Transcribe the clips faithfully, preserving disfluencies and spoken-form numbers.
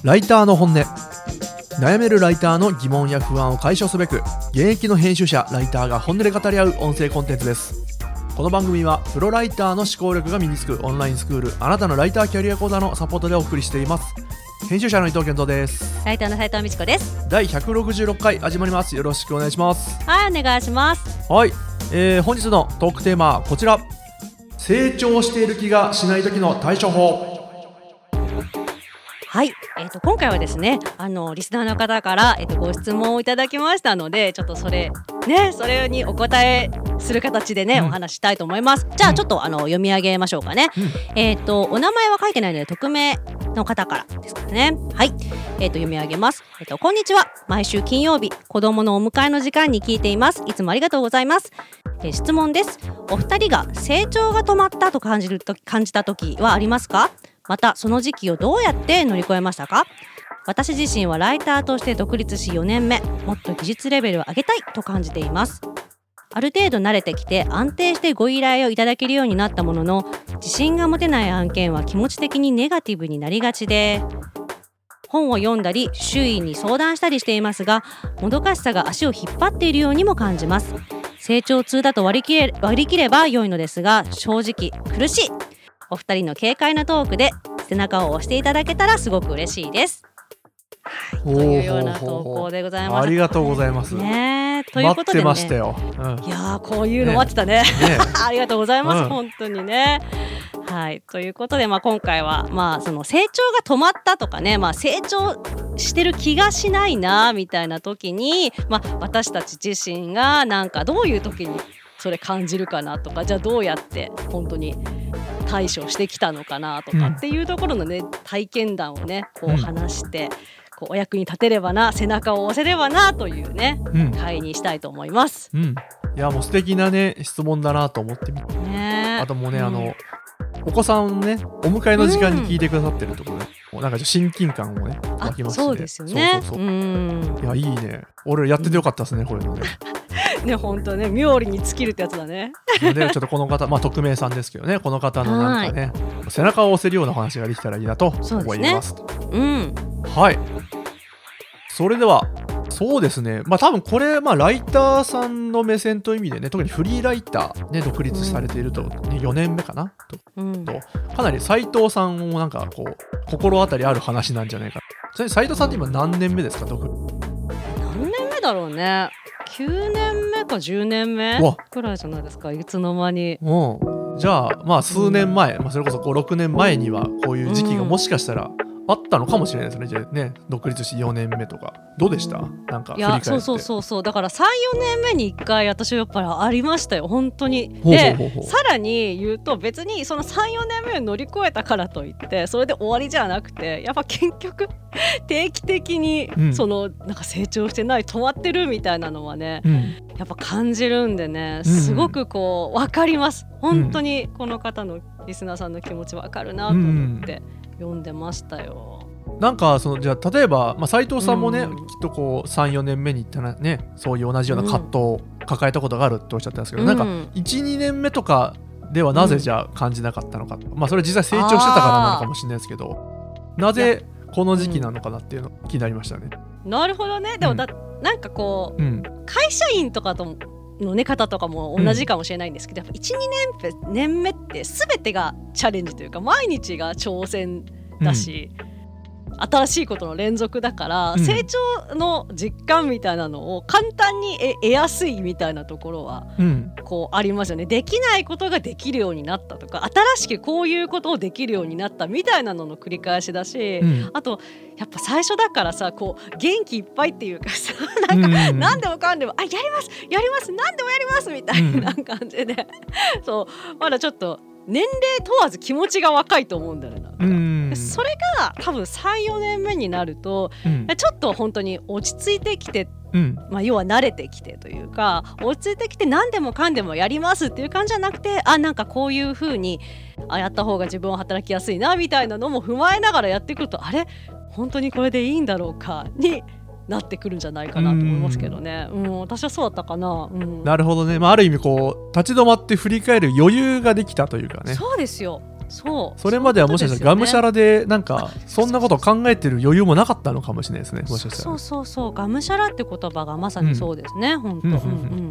ライターの本音。悩めるライターの疑問や不安を解消すべく、現役の編集者ライターが本音で語り合う音声コンテンツです。この番組はプロライターの思考力が身につくオンラインスクール、あなたのライターキャリア講座のサポートでお送りしています。編集者の伊藤健人です。 ライターの斉藤美智子です。 だいひゃくろくじゅうろっかい始まります。よろしくお願いします。 はい、お願いします。 はい、えー、本日のトークテーマはこちら。成長している気がしない時の対処法。 はい、えー、と今回はですね、あのリスナーの方から、えー、とご質問をいただきましたので、ちょっとそれね、それにお答えする形でね、うん、お話したいと思います。じゃあちょっとあの読み上げましょうかね、うん、えー、とお名前は書いてないので匿名の方からですからね。はい、えー、と読み上げます。えー、とこんにちは。毎週金曜日、子供のお迎えの時間に聞いています。いつもありがとうございます。えー、質問です。お二人が成長が止まったと感じると感じた時はありますか？またその時期をどうやって乗り越えましたか？私自身はライターとして独立しよねんめ、もっと技術レベルを上げたいと感じています。ある程度慣れてきて安定してご依頼をいただけるようになったものの、自信が持てない案件は気持ち的にネガティブになりがちで、本を読んだり周囲に相談したりしていますが、もどかしさが足を引っ張っているようにも感じます。成長痛だと割り切れ、割り切れば良いのですが、正直苦しい。お二人の軽快なトークで背中を押していただけたらすごく嬉しいです。はい、というような投稿でございます。 ありがとうございます。 ね、ということでね、 待ってましたよ。うん、 いやこういうの待ってたね。ねありがとうございます、うん、本当にね。はい、ということで、まあ、今回は、まあ、その成長が止まったとかね、まあ、成長してる気がしないなみたいな時に、まあ、私たち自身がなんかどういう時にそれ感じるかなとか、じゃあどうやって本当に対処してきたのかなとかっていうところのね、うん、体験談をねこう話して、うん、こうお役に立てればな、背中を押せればなというね、うん、会にしたいと思います。うん、 いやもう素敵なね質問だなと思ってみて、ね、あともうね、うん、あのお子さんねお迎えの時間に聞いてくださってるところね、うん、なんか親近感もね湧きますしね。 そうですよね。 そうそうそう、うん、いやいいね。俺やっててよかったですね、うん、こういうのね。 ね、本当ね、妙利に尽きるってやつだね。 でちょっとこの方、まあ匿名さんですけどね、この方のなんかね、背中を押せるような話ができたらいいなと思います。そうですね。うん。はい。それではそうですね、まあ多分これ、まあライターさんの目線という意味でね、特にフリーライターね独立されていると、ね、よねんめかなと、うん、とかなり斉藤さんもなんかこう心当たりある話なんじゃないか。ちなみに斉藤さんって今何年目ですか？独立何年目だろうね。きゅうねんめかじゅうねんめくらいじゃないですか、いつの間に。 うん、じゃあまあ数年前、うん、まあ、それこそごろくねんまえにはこういう時期がもしかしたらあったのかもしれないですね。じゃあね、独立してよねんめとかどうでした？なんか振り返って。いや、 そうそうそうそう、だから さんよねんめにいっかい私はやっぱりありましたよ、本当に。でほうほうほうほう、さらに言うと別にその さんよねんめを乗り越えたからといってそれで終わりじゃなくて、やっぱ結局定期的にそのなんか成長してない、止まってるみたいなのはね、うん、やっぱ感じるんでね、すごくこう分かります。本当にこの方のリスナーさんの気持ち分かるなと思って読んでましたよ。 なんかそのじゃあ例えば、まあ、斉藤さんもね、うん、きっとこう さんよねんめに行ったらね、そういう同じような葛藤を抱えたことがあるっておっしゃってたんですけど、うん、なんか いちにねんめとかではなぜじゃあ感じなかったのか、うん、まあそれ実際成長してたからなのかもしれないですけど、なぜこの時期なのかなっていうの気になりましたね。 なるほどね。でもだ、うん、なんかこう、うん、会社員とかとの、ね、方とかも同じかもしれないんですけど、うん、やっぱいちにねんめって全てがチャレンジというか毎日が挑戦だし、うん、新しいことの連続だから、うん、成長の実感みたいなのを簡単に得やすいみたいなところは、うん、こうありますよね。できないことができるようになったとか、新しくこういうことをできるようになったみたいなのの繰り返しだし、うん、あとやっぱ最初だからさ、こう元気いっぱいっていうかさ、なんか、うん、何でもかんでもあやりますやります何でもやりますみたいな感じで、うん、そうまだちょっと年齢問わず気持ちが若いと思うんだよね。なんか、うん、それが多分 さんよねんめになると、うん、ちょっと本当に落ち着いてきて、うんまあ、要は慣れてきてというか、落ち着いてきて何でもかんでもやりますっていう感じじゃなくて、あなんかこういう風にあやった方が自分は働きやすいなみたいなのも踏まえながらやってくると、あれ本当にこれでいいんだろうかになってくるんじゃないかなと思いますけどね。うん、うん、私はそうだったかな。うん、 なるほどね。まあ、ある意味こう立ち止まって振り返る余裕ができたというかね。 そうですよ。 そうそれまではもしかしたらがむしゃらでなんかそんなことを考えてる余裕もなかったのかもしれないですね。もしかしたらそうそうそうがむしゃらって言葉がまさにそうですね、うん、本当、うんうん、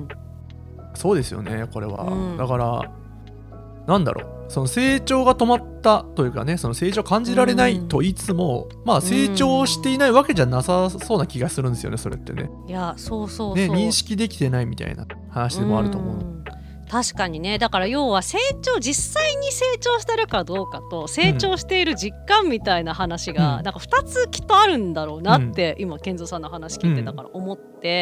そうですよねこれは、 うん、 だからなんだろうその成長が止まったというかねその成長を感じられないと言いつつも、うん、まあ成長していないわけじゃなさそうな気がするんですよねそれってね。 いやそうそうそう、 ね、認識できてないみたいな話でもあると思う、うん確かにねだから要は成長実際に成長してるかどうかと成長している実感みたいな話が、うん、なんかふたつきっとあるんだろうなって、うん、今健三さんの話聞いてたから思って、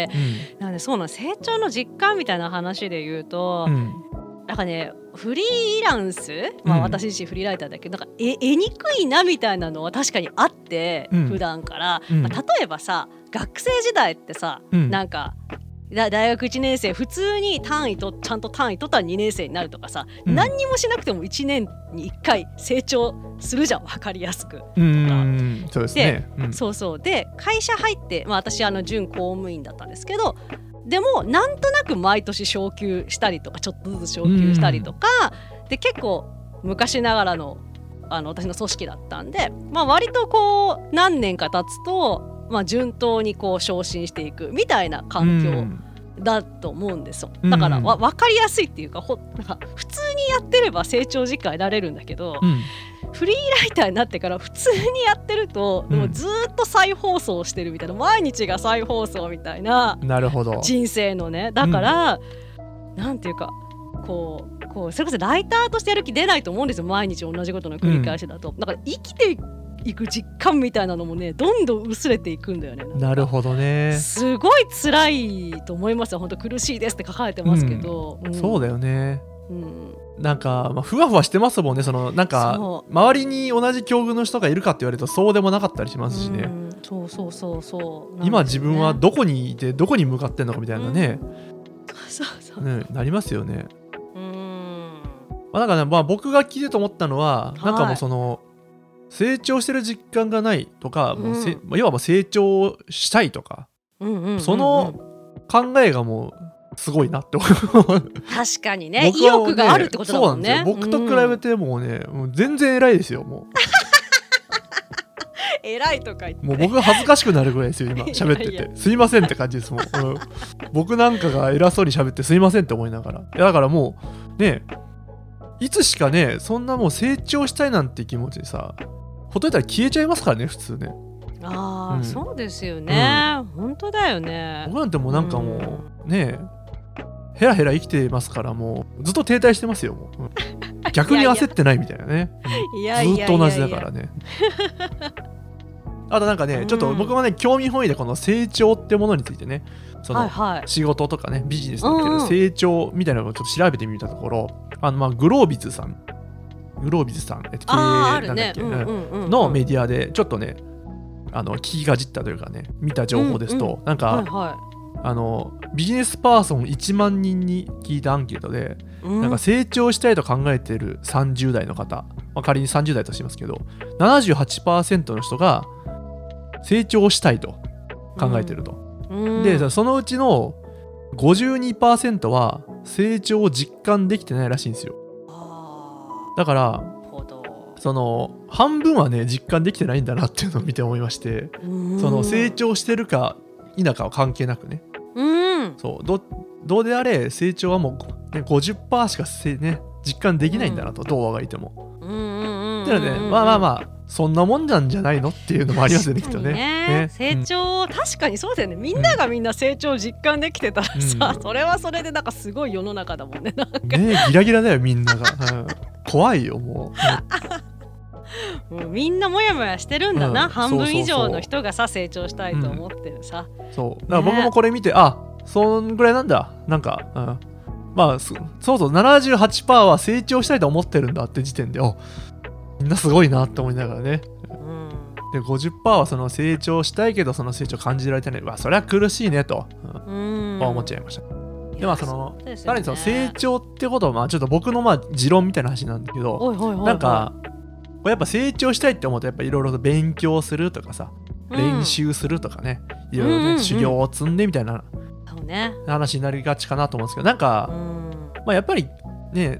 うん、なのでそうなの成長の実感みたいな話で言うと、うん、なんかねフリーランス、まあ、私自身フリーライターだけど、なんか得にくいなみたいなのは確かにあって、うん、普段から、まあ、例えばさ学生時代ってさ、なんか大学いちねん生普通に単位とちゃんと単位取ったらにねん生になるとかさ、うん、何にもしなくてもいちねんにいっかい成長するじゃん分かりやすくとか。 うんそうですね、 で、うん、そうそうで会社入って、まあ、私あの準公務員だったんですけどでもなんとなく毎年昇給したりとかちょっとずつ昇給したりとかで結構昔ながらの、あの私の組織だったんで、まあ、割とこう何年か経つとまあ、順当にこう昇進していくみたいな環境だと思うんですよ。だからわ分かりやすいっていうか、ほなんか普通にやってれば成長実感得られるんだけど、うん、フリーライターになってから普通にやってると、うん、もうずっと再放送してるみたいな毎日が再放送みたいな人生のねだから、うん、なんていうかこう、こうそれこそライターとしてやる気出ないと思うんですよ毎日同じことの繰り返しだと、うん、だから生きていく実感みたいなのもねどんどん薄れていくんだよね。 な, なるほどねすごい辛いと思いますよ本当苦しいですって書かれてますけど、 うんうん、そうだよね、うん、なんか、まあ、ふわふわしてますもんねそのなんか周りに同じ境遇の人がいるかって言われるとそうでもなかったりしますしね、うん、 そうそうそうそう、 ね、今自分はどこにいてどこに向かってんのかみたいなね、うん、 そうそう、 ね、なりますよね。うん、まあ、なんかね、まあ、僕が聞いてと思ったのは、はい、なんかもうその成長してる実感がないとか、もうせ、うん、要はもう成長したいとか、うんうんうんうん、その考えがもうすごいなって思う。確かにね、意欲があるってことだもんね。 そうなんですよ。僕と比べてもね、うん、もう全然偉いですよもう。 偉いとか言って。 もう僕が恥ずかしくなるぐらいですよ今喋ってて。いやいやすいませんって感じですもん。うん、僕なんかが偉そうに喋ってすいませんって思いながら。いやだからもうね、いつしかね、そんなもう成長したいなんて気持ちでさ。ほっといたら消えちゃいますからね普通ね。 ああ、うん、そうですよね、うん、本当だよね。 僕なんてもうなんかもう、うん、ねヘラヘラ生きてますからもうずっと停滞してますよもう、うん、逆に焦ってないみたいなね。いやいやずっと同じだからね。あとなんかねちょっと僕もね興味本位でこの成長ってものについてねその仕事とかねビジネスだけど成長みたいなのをちょっと調べてみたところ、あのまあグロービズさんグロービズさん、えっと、経営なんだっけ、のメディアでちょっとねあの聞きかじったというかね見た情報ですと、うんうん、なんか、はいはい、あのビジネスパーソンいちまんにんに聞いたアンケートで、うん、なんか成長したいと考えているさんじゅう代の方、まあ、仮にさんじゅう代としますけど ななじゅうはちパーセント の人が成長したいと考えていると、うん、でそのうちの ごじゅうにパーセント は成長を実感できてないらしいんですよ。だからその半分はね実感できてないんだなっていうのを見て思いまして、その成長してるか否かは関係なくね、うん、そう ど, どうであれ成長はもう、ね、ごじゅっパーセント しかせ、ね、実感できないんだなと、うん、どうあがいても。っていうのでまあまあまあそんなもんなんじゃないのっていうのもありますよねきっとね。ね成長、うん、確かにそうだよね。みんながみんな成長実感できてたらさ、うん、それはそれでなんかすごい世の中だもんね。なんかねギラギラだよみんなが、うん、怖いよもう、もうみんなモヤモヤしてるんだな、うん、半分以上の人がさ成長したいと思ってるさ、 うん、そうだから僕もこれ見て、ね、あそんぐらいなんだなんか、うん、まあそうそう ななじゅうはちパーセント は成長したいと思ってるんだって時点でおみんなすごいなって思いながらね、うん、で ごじゅっパーセント はその成長したいけどその成長感じられてない、わそれは苦しいねと、うん、思っちゃいました。でまあそのさらにその成長ってことはまあちょっと僕のまあ持論みたいな話なんだけど、おいおいおいおいなんかやっぱ成長したいって思うとやっぱいろいろと勉強するとかさ、うん、練習するとかねいろいろね、うんうんうん、修行を積んでみたいな話になりがちかなと思うんですけど、なんか、うんまあ、やっぱりね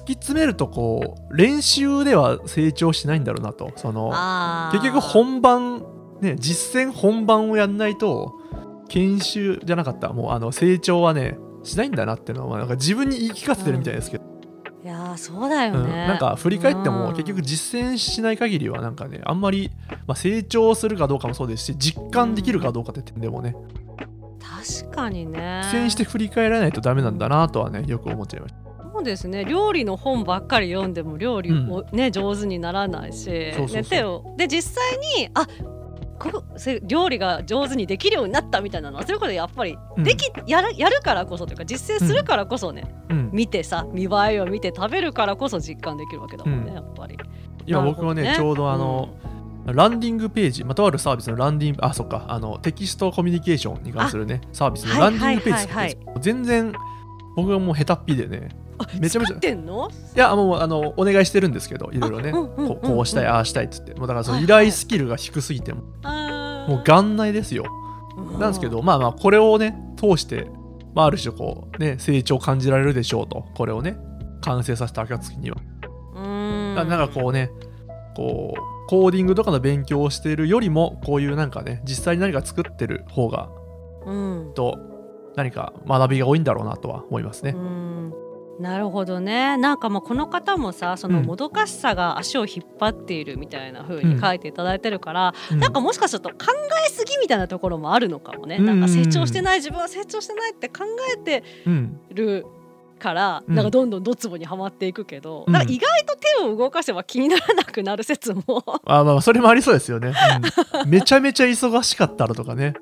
き詰めるとこう練習では成長しないんだろうなと、その結局本番ね、実践本番をやんないと研修じゃなかったもうあの成長はねしないんだなっていうのはなんか自分に言い聞かせてるみたいですけど、 うん、いやそうだよね、うん、 なんか振り返っても結局実践しない限りはなんかねあんまり、まあ、成長するかどうかもそうですし実感できるかどうかって点でもね、 うん、確かにね実践して振り返らないとダメなんだなとはねよく思っちゃいました。 そうですね、料理の本ばっかり読んでも料理を、ねうん、上手にならないし、そうそうそう、ね、手をで実際にあこ料理が上手にできるようになったみたいなのはそういうことでやっぱりでき、うん、やる、やるからこそというか実践するからこそね、うん、見てさ見栄えを見て食べるからこそ実感できるわけだもんね、うん、やっぱり今僕は ね, ねちょうどあの、うん、ランディングページまたあるサービスのランディングあそっかあのテキストコミュニケーションに関するねサービスのランディングページ、はいはいはいはい、全然僕はもう下手っぴでねめちゃめちゃ作ってんの？ いやもうあのお願いしてるんですけどいろいろね、うんうんうんうん、こ, こうしたいああしたいっつってもうだからその依頼スキルが低すぎても、はいはい、もう元内ですよ、うん、なんですけどまあまあこれをね通して、まあ、ある種こうね成長を感じられるでしょうとこれをね完成させた暁にはうーんなんかこうねこうコーディングとかの勉強をしているよりもこういうなんかね実際に何か作ってる方が、うん、と何か学びが多いんだろうなとは思いますね。うんなるほどね。なんかまあこの方もさそのもどかしさが足を引っ張っているみたいな風に書いていただいてるから、うん、なんかもしかすると考えすぎみたいなところもあるのかもね、うん、なんか成長してない自分は成長してないって考えてるから、うん、なんかどんどんドツボにはまっていくけど、うん、なんか意外と手を動かせば気にならなくなる説もあまあそれもありそうですよね、うん、めちゃめちゃ忙しかったらとかね、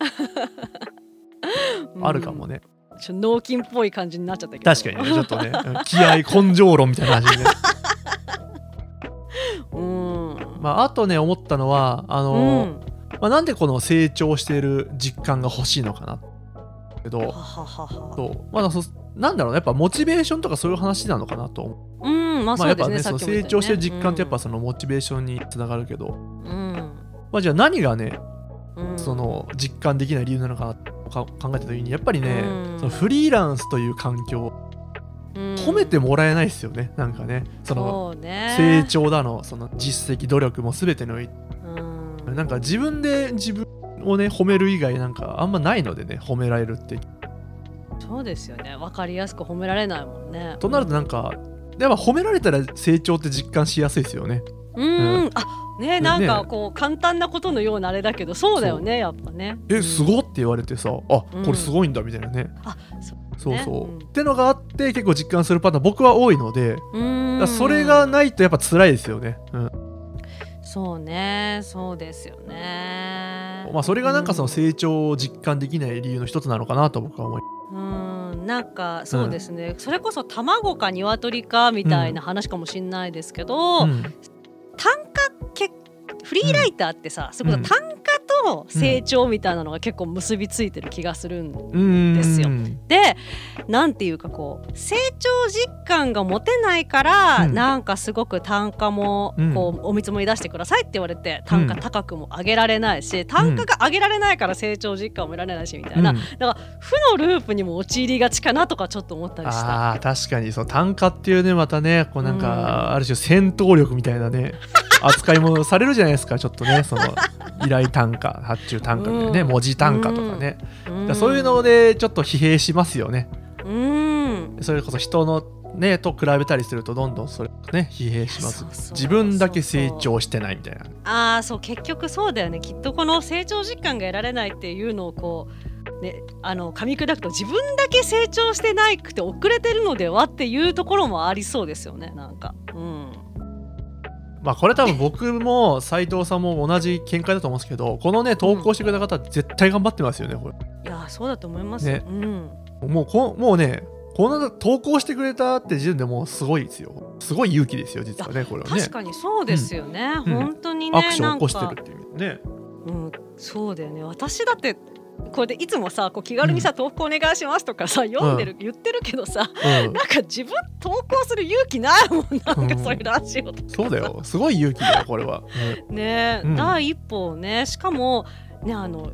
うん、あるかもね。 ちょっと脳筋っぽい感じになっちゃったけど確かにねちょっとね気合根性論みたいな感じでねうんまああとね思ったのはあの、うんまあ、なんでこの成長している実感が欲しいのかなけどははははそうまあそなんだろうねやっぱモチベーションとかそういう話なのかなと思う。 うんまあそうですね、まあ、やっぱねその成長してる実感ってやっぱそのモチベーションにつながるけど、うんまあ、じゃあ何がね、うん、その実感できない理由なのかなって考えた時にやっぱりね、うん、そのフリーランスという環境、うん、褒めてもらえないですよね。なんかねそのそうね成長だのその実績努力も全てにおいて、うん、なんか自分で自分をね褒める以外なんかあんまないのでね褒められるってそうですよね分かりやすく褒められないもんね。 となるとなんかやっぱ褒められたら成長って実感しやすいですよね。 うん、うん、あねなんかこう簡単なことのようなあれだけどそうだよねやっぱね。 えすごって言われてさあこれすごいんだみたいなね、うん、あそう、ね、そうそう、うん、ってのがあって結構実感するパターン僕は多いのでうんそれがないとやっぱ辛いですよね、うん、 そうねそうですよね。 まあそれがなんかその成長を実感できない理由の一つなのかなと僕は思いうんなんかそうですね、うん、それこそ卵か鶏かみたいな話かもしれないですけど、うん単価けフリーライターってさ、うん、そういうこと単価と成長みたいなのが結構結びついてる気がするんですよ、うん、でなんていうかこう成長実感が持てないから、うん、なんかすごく単価もこう、うん、お見積もり出してくださいって言われて単価高くも上げられないし、うん、単価が上げられないから成長実感も得られないしみたいな、うん、だから負のループにも陥りがちかなとかちょっと思ったりした。 あ確かにそう単価っていうねまたねこうなんか、うん、ある種戦闘力みたいなね扱いもされるじゃないですかちょっとねその依頼単価発注単価でね、うん、文字単価とかね、うん、そういうのでちょっと疲弊しますよね、うん、それこそ人のねと比べたりするとどんどんそれね疲弊します。そうそうそうそう自分だけ成長してないみたいな。 あそう結局そうだよねきっとこの成長実感が得られないっていうのをこうね、あの噛み砕くと自分だけ成長してないくて遅れてるのではっていうところもありそうですよねなんか、うんまあ、これ多分僕も斉藤さんも同じ見解だと思うんですけどこのね投稿してくれた方絶対頑張ってますよねこれ。 いやそうだと思います、ねうん、 もうこもうねこの投稿してくれたって時点でもうすごいですよすごい勇気ですよ実はねこれはね。 確かにそうですよね、うん、本当にねアクション起こしてるっていうね、 うん、そうだよね私だってこれでいつもさこう気軽にさ、うん、投稿お願いしますとかさ読んでる、うん、言ってるけどさ、うん、なんか自分投稿する勇気ないもんなんかそういうラジオとか、 うん、そうだよすごい勇気だよこれは、 うん、ね、うん、第一歩をねしかもねあの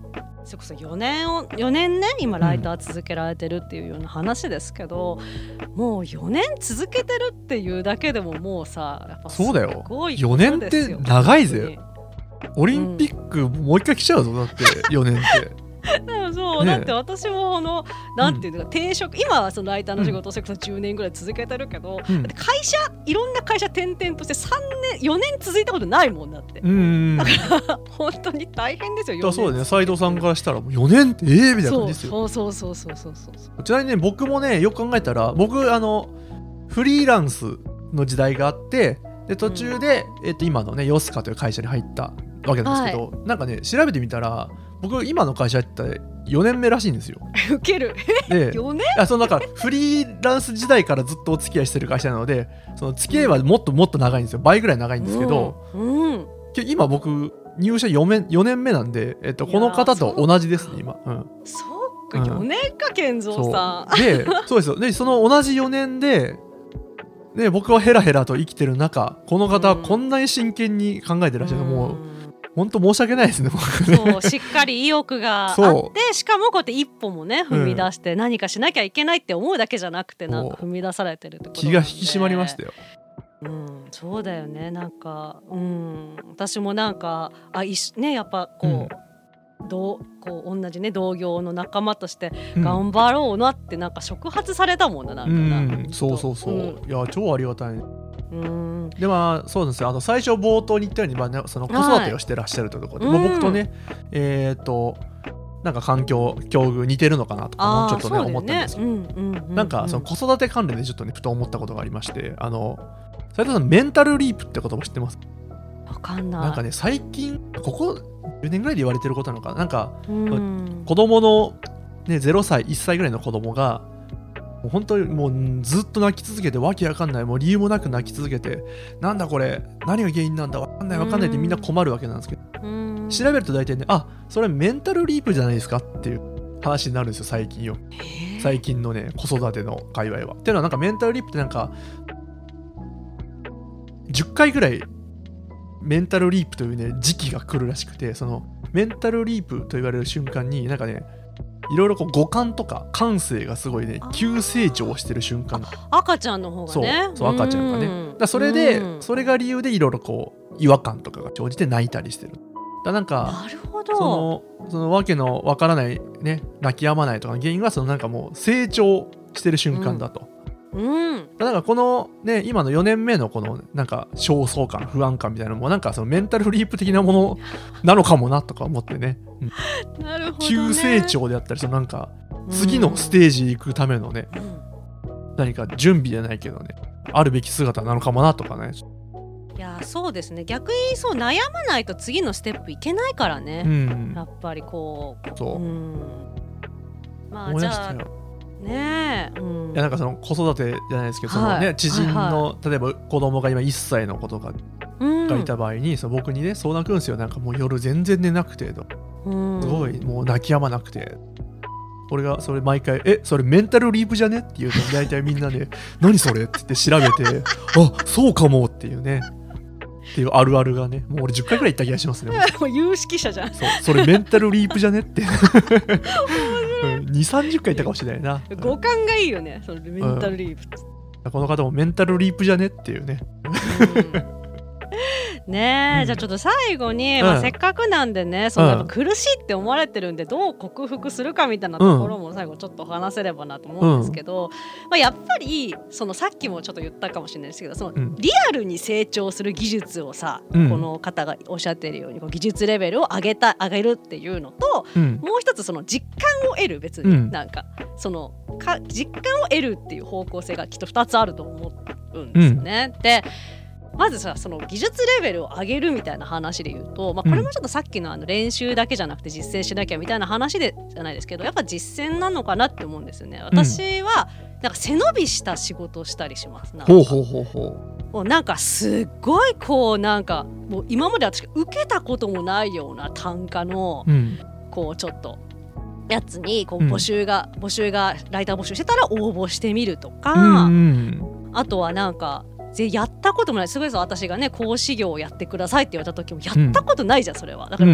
それこそよねんをよねんね今ライター続けられてるっていうような話ですけど、うん、もうよねん続けてるっていうだけでももうさやっぱすごいことですよ。 そうだよ、よねんって長いぜ。オリンピックもう一回来ちゃうぞ、だってよねんってそう、ね、だって私もこのなんていうのか、定職、今はそのライターの仕事をそれこそじゅうねんぐらい続けてるけど、うん、だって会社いろんな会社転々としてさんねんよねん続いたことないもんだって。うん、だから本当に大変ですよ。 だそうだね、斉藤さんからしたらもうよねんってええー、みたいな感じですよ。 そうそうそうそうそうそうそう。 ちなみにね僕もねよく考えたら僕あのフリーランスの時代があってで途中で、うんえっと、今のねヨスカという会社に入ったわけなんですけど、はい、なんかね調べてみたら僕今の会社やったらよねんめらしいんですよ。 ウケるでよねんあそのなんかフリーランス時代からずっとお付き合いしてる会社なのでその付き合いはもっともっと長いんですよ。倍ぐらい長いんですけど、うんうん、今僕入社よねん、よねんめなんで、えっと、この方と同じですね今、うん、 そうかよねんか健三さんでそうですよ。でその同じよねんでで僕はヘラヘラと生きてる中この方はこんなに真剣に考えてらっしゃる、うん、もう本当申し訳ないですね。 そうしっかり意欲があってしかもこうやって一歩もね踏み出して何かしなきゃいけないって思うだけじゃなくてなんか踏み出されてるってことで気が引き締まりましたよ。 うん、そうだよね。なんか、うん、私もなんかあいし、ね、やっぱこう、うん、どうこう同じね同業の仲間として頑張ろうなってなんか触発されたもんな、なんかな、 うん、そうそうそう、うん、いや超ありがたい。うんでまあそうですよ。あの最初冒頭に言ったように、まあね、その子育てをしてらっしゃるというところで、はいまあ、僕とね、えー、っとなんか環境境遇似てるのかなとかもちょっとね思ったんですよ。なんかその子育て関連でちょっとねふと思ったことがありまして、あの斉藤さんメンタルリープって言葉知ってます？ わかんない。 なんかね最近ここじゅうねんぐらいで言われてることなのかな。なんか子供の、ね、ゼロさいいっさいぐらいの子供がもう本当にもうずっと泣き続けてわけわかんない、もう理由もなく泣き続けてなんだこれ何が原因なんだわかんないわかんないってみんな困るわけなんですけど、調べると大体ねあそれメンタルリープじゃないですかっていう話になるんですよ最近よ。最近のね子育ての界隈は。っていうのはなんかメンタルリープってなんかじゅっかいぐらいメンタルリープというね時期が来るらしくて、そのメンタルリープと言われる瞬間になんかねいろいろこう五感とか感性がすごいね急成長してる瞬間。 赤ちゃんの方がね。 そう、そう赤ちゃんがね。だそれでそれが理由でいろいろこう違和感とかが生じて泣いたりしてる。だなんかなるほど。 そのそのわけのわからないね泣き止まないとかの原因はそのなんかもう成長してる瞬間だと。うん、だからこのね今のよねんめのこのなんか焦燥感不安感みたいなのもなんかそのメンタルリープ的なものなのかもなとか思ってね、 うん、なるほどね。 急成長であったりそのなんか次のステージ行くためのね、うん、何か準備じゃないけどねあるべき姿なのかもなとかね。 いやそうですね。逆にそう悩まないと次のステップいけないからね、うん、やっぱりこうそう、うん、まあじゃあねえ、うん、 いやなんかその子育てじゃないですけど、そのね、はい、知人の、はいはい、例えば子供が今いっさいの子とかがいた場合に、うん、その僕にね相談来るんですよ。なんかもう夜全然寝なくてと、うん、すごいもう泣き止まなくて、俺がそれ毎回えそれメンタルリープじゃねって言うと大体みんなで何それって言って調べてあそうかもっていうねっていうあるあるがねもう俺じゅっかいくらい言った気がしますね。 もう有識者じゃん。 そうそれメンタルリープじゃねってにじゅう、さんじゅっかい言ったかもしれないな。 五感がいいよねそのメンタルリープ、 うん、この方もメンタルリープじゃねっていうね、 うんねえ、うん、じゃあちょっと最後に、うんまあ、せっかくなんでねそのやっぱ苦しいって思われてるんでどう克服するかみたいなところも最後ちょっと話せればなと思うんですけど、うんまあ、やっぱりそのさっきもちょっと言ったかもしれないですけどそのリアルに成長する技術をさ、うん、この方がおっしゃってるようにこう技術レベルを上げた上げるっていうのと、うん、もう一つその実感を得る別に、うん、なんかそのか実感を得るっていう方向性がきっとふたつあると思うんですよね、うん、でまずさその技術レベルを上げるみたいな話で言うと、まあ、これもちょっとさっきのあの練習だけじゃなくて実践しなきゃみたいな話でじゃないですけどやっぱ実践なのかなって思うんですよね。私はなんか背伸びした仕事をしたりします。なんかほうほうほうほうもうなんかすっごいこうなんかもう今まで私が受けたこともないような単価の、うん、こうちょっとやつにこう募集が、うん、募集がライター募集してたら応募してみるとか、うんうん、あとはなんかやったこともないすごいさ私がね講師業をやってくださいって言われた時もやったことないじゃん、うん、それはだから、うん、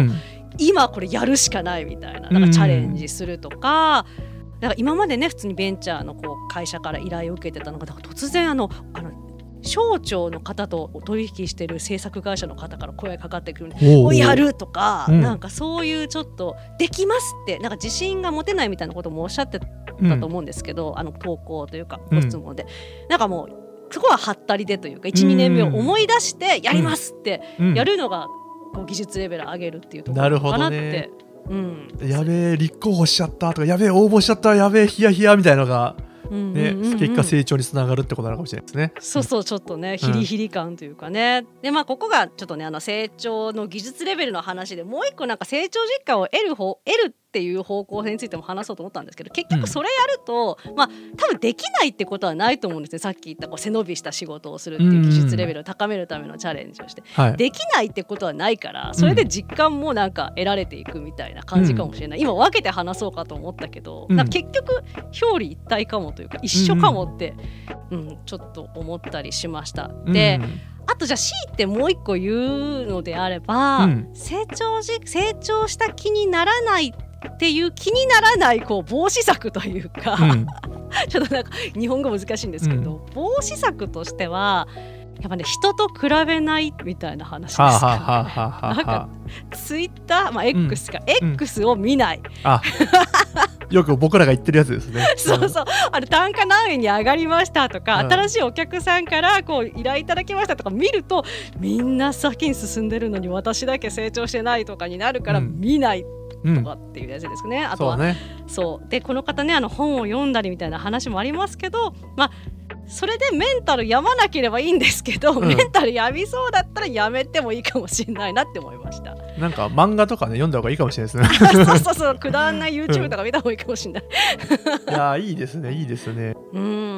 今これやるしかないみたいな、なんかチャレンジするとか、うん、だから今までね普通にベンチャーのこう会社から依頼を受けてたのが、だから突然あのあの省庁の方と取引してる制作会社の方から声がかかってくるので、おうやるとか、うん、なんかそういうちょっとできますってなんか自信が持てないみたいなこともおっしゃってたと思うんですけど、うん、あの投稿というかご質問で、うん、なんかもうそこははったりでというか いち,に 年目を思い出してやりますってやるのがこう技術レベル上げるっていうところかなって、うん、 やべえ立候補しちゃったとかやべえ応募しちゃったやべえヒヤヒヤみたいなのがね、うんうんうんうん、結果成長につながるってことなのかもしれないですね。 そうそう、ちょっとねヒリヒリ感というかね、うん、でまあここがちょっとねあの成長の技術レベルの話で、もう一個なんか成長実感を得る方得るっていう方向性についても話そうと思ったんですけど、結局それやると、うん、まあ多分できないってことはないと思うんですね。さっき言ったこう背伸びした仕事をするっていう技術レベルを高めるためのチャレンジをして、うんうん、できないってことはないから、それで実感もなんか得られていくみたいな感じかもしれない、うん、今分けて話そうかと思ったけど、うん、なんか結局表裏一体かもというか一緒かもって、うんうん、ちょっと思ったりしました。で、うん、あとじゃあ強いてもう一個言うのであれば、うん、成長じ成長した気にならないっていう気にならないこう防止策というか、うん、ちょっとなんか日本語難しいんですけど、うん、防止策としてはやっぱね人と比べないみたいな話ですか、ね、ははははなんかツイッター、まあ、X か、うん、X を見ない、 あよく僕らが言ってるやつですね。 そうそう、あの単価何円に上がりましたとか、うん、新しいお客さんからこう依頼いただきましたとか見ると、みんな先に進んでるのに私だけ成長してないとかになるから見ない、うんとかっていうやつですね、うん、あとはそう、ね、そうでこの方ねあの本を読んだりみたいな話もありますけど、まあそれでメンタルやまなければいいんですけど、うん、メンタルやみそうだったらやめてもいいかもしれないなって思いました。 なんか漫画とかね読んだ方がいいかもしれないですね。 そうそうそう、くだらない YouTube とか見た方がいいかもしれない。 いやいいですねいいですね。 うん、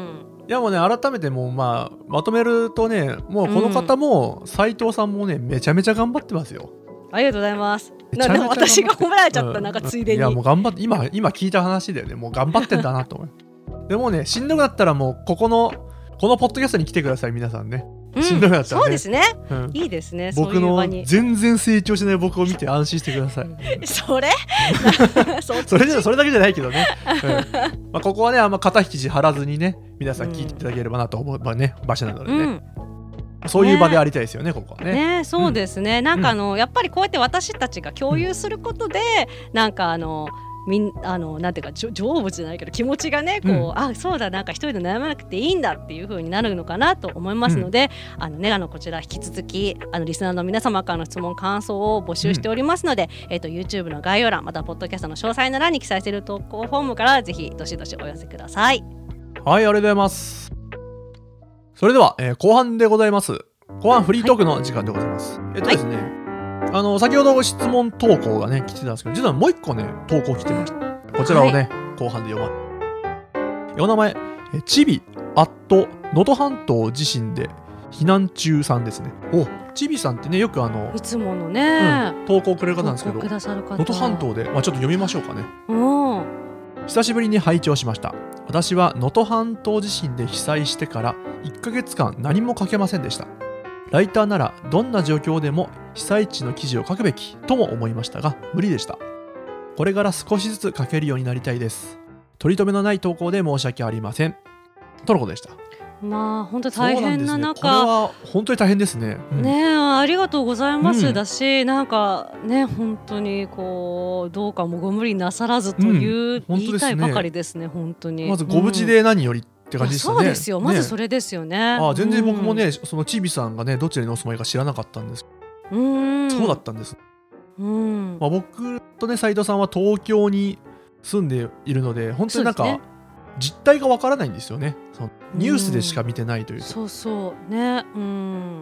いやもうね改めてもう、まあ、まとめるとね、もうこの方も斉藤さんもねめちゃめちゃ頑張ってますよ。 ありがとうございます。なでも私が褒められちゃった、うん、なんかついでに。 いやもう頑張って今今聞いた話だよね。もう頑張ってんだなと思う。でもねしんどくなったらもうここのこのポッドキャストに来てください皆さんね、うん、しんどくなったらね。そうですね、うん、いいですね。 僕の全然成長しない僕を見て安心してください。 それそれじゃそれだけじゃないけどね、うんまあ、ここはねあんま肩引き張らずにね皆さん聞いていただければなと思う、まあね、場所なのでね、うんそういう場でありたいですよね、ねここはね。 ね、そうですね、うん、なんかあの、うん、やっぱりこうやって私たちが共有することで、うん、なんかあのみんあのなんていうか成仏じゃないけど気持ちがねこう、うん、あそうだなんか一人で悩まなくていいんだっていう風になるのかなと思いますので、うん、あのねあのこちら引き続きあのリスナーの皆様からの質問感想を募集しておりますので、うんえー、と YouTube の概要欄またポッドキャストの詳細の欄に記載している投稿フォームからぜひどしどしお寄せください。 はい、ありがとうございます。それでは、えー、後半でございます。後半フリートークの時間でございます、はい、えっとですね、はいあの先ほど質問投稿がね来てたんですけど、実はもう一個ね投稿来てました。こちらをね、はい、後半で読まれお名前えちびアット能登半島地震で避難中さんですね。おちびさんってねよくあのいつものね、 うん、投稿くれる方なんですけど、能登半島で、まあ、ちょっと読みましょうかね。久しぶりに拝聴しました。私は能登半島地震で被災してからいっかげつかん何も書けませんでした。ライターならどんな状況でも被災地の記事を書くべきとも思いましたが無理でした。これから少しずつ書けるようになりたいです。取り留めのない投稿で申し訳ありませんとのことでした。 まあ本当に大変な中、 これは本当に大変ですね、 うん、ねえありがとうございます、うん、だしなんかね本当にこうどうかもご無理なさらずという、うん、言いたいばかりですね。本当にまずご無事で何より、うんって感じですね。 そうですよ、まずそれですよね。 あ全然僕もね、うん、そのちびさんがねどちらにお住まいか知らなかったんです。うんそうだったんです、うんまあ、僕とね斉藤さんは東京に住んでいるので本当になんか、ね、実態がわからないんですよね。そのニュースでしか見てないという、うん、 そうそうね、うん、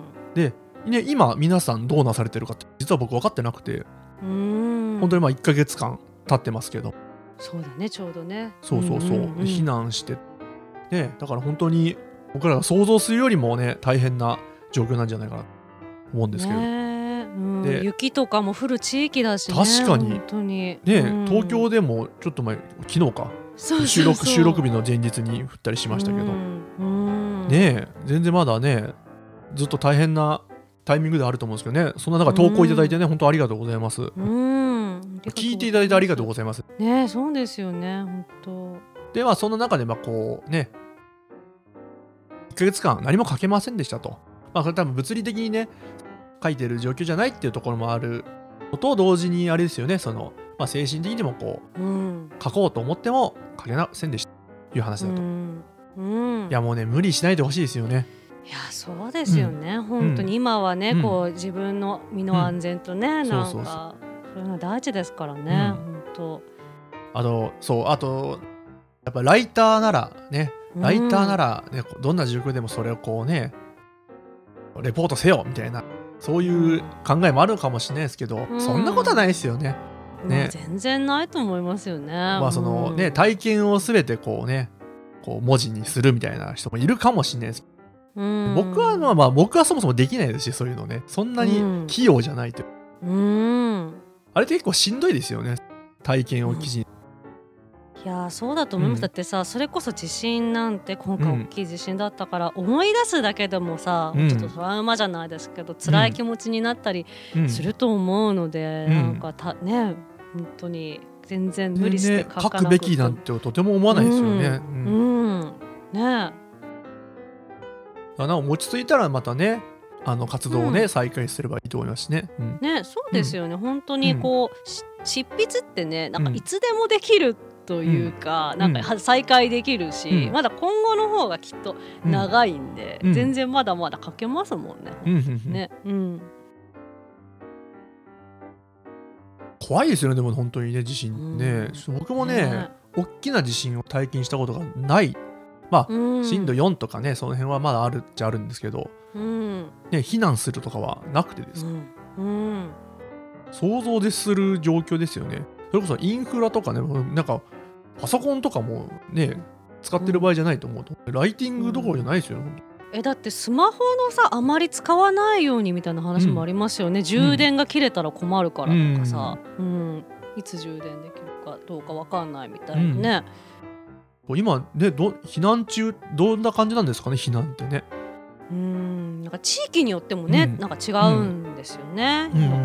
で、ね、今皆さんどうなされてるかって実は僕分かってなくて、うん本当にまあいっかげつかん経ってますけど。 そうだねちょうどねそうそうそう、うんうんうん、避難してね、だから本当に僕らが想像するよりもね大変な状況なんじゃないかなと思うんですけど、ねうん、で雪とかも降る地域だしね。 確かに本当に、 ねうん、東京でもちょっと前昨日かそうそうそう収録収録日の前日に降ったりしましたけど、うんうん、ね全然まだねずっと大変なタイミングであると思うんですけどね。そんな中投稿いただいてね、うん、本当ありがとうございます。うん聞いていただいてありがとうございます。 ね、そうですよね、本当。 で、まあその中でまあこうね、いっかげつかん何も書けませんでしたと。まあこれ多分物理的にね書いてる状況じゃないっていうところもあるのと同時にあれですよね、その、まあ、精神的にもこう、うん、書こうと思っても書けませんでしたという話だと、うんうん、いやもうね無理しないでほしいですよね。 いやそうですよね、うん、本当に今はね、うん、こう自分の身の安全とね、うん、なんかそういうの大事ですからね、うん、本当。 あとそうあとやっぱライターならねライターなら、ね、うん、どんな状況でもそれをこうねレポートせよみたいなそういう考えもあるかもしれないですけど、うん、そんなことはないですよね。ね、 全然ないと思いますよね。 まあそのね、うん、体験をすべてこうねこう文字にするみたいな人もいるかもしれないです。うん、僕はまあまあ僕はそもそもできないですし、そういうのねそんなに器用じゃないという、うん、あれって結構しんどいですよね、体験を記事に、 うん、いやそうだと思います、うん、だってさそれこそ地震なんて今回大きい地震だったから、うん、思い出すだけでもさ、うん、ちょっとトラウマじゃないですけど辛い気持ちになったりすると思うので、うん、なんかたね本当に全然無理して書かなくて、 ね、書くべきなんてとても思わないですよね。うん、 うんうん、ねなんか落ち着いたらまたねあの活動をね、うん、再開すればいいと思いますしね。 うん、ねそうですよね、うん、本当にこう、うん、執筆ってねなんかいつでもできるというか、うん、なんか再開できるし、うん、まだ今後の方がきっと長いんで、うん、全然まだまだ書けますもんね。うん、ね、うん、 怖いですよねでも本当にね地震ね、うん、僕もね、ね大きな地震を体験したことがないまあ、うん、震度よんとかねその辺はまだあるっちゃあるんですけど、うんね、避難するとかはなくてですね、うんうん、想像でする状況ですよね。それこそインフラとかねなんかパソコンとかもね使ってる場合じゃないと思うと、うん、ライティングどころじゃないですよね、 うん、えだってスマホのさあまり使わないようにみたいな話もありますよね、うん、充電が切れたら困るからとかさ、うんうん、いつ充電できるかどうか分かんないみたいなね、 うん、今ねど避難中どんな感じなんですかね避難ってね。 うーんなんか地域によってもね、うん、なんか違うんですよね、うんうん、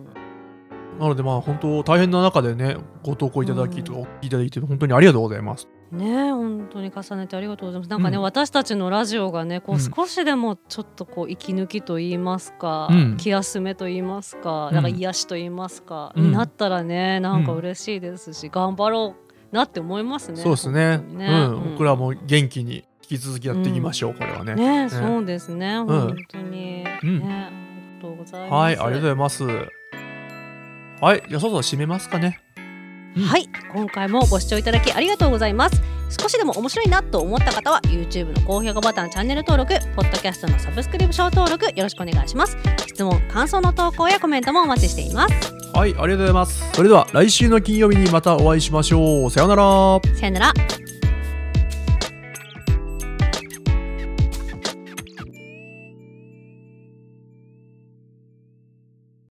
なのでまあ本当大変な中でねご投稿いただきとかお聞きいただいて本当にありがとうございます。 ね本当に重ねてありがとうございます。なんかね、うん、私たちのラジオがねこう少しでもちょっとこう息抜きと言いますか、うん、気休めと言いますか、うん、なんか癒しと言いますか、うん、になったらねなんか嬉しいですし、うん、頑張ろうなって思いますね。 そうですね、ね、うん、僕らも元気に引き続きやっていきましょう、うん、これは ね, ね, ねそうですね、うん、本当に、うんね、ありがとうございます。 はいありがとうございます。はいじゃあそろそろ締めますかね。 うん、はい今回もご視聴いただきありがとうございます。少しでも面白いなと思った方は YouTube の高評価ボタンチャンネル登録ポッドキャストのサブスクリプション登録よろしくお願いします。質問感想の投稿やコメントもお待ちしています。 はいありがとうございます。それでは来週の金曜日にまたお会いしましょう。さようなら。 さようなら。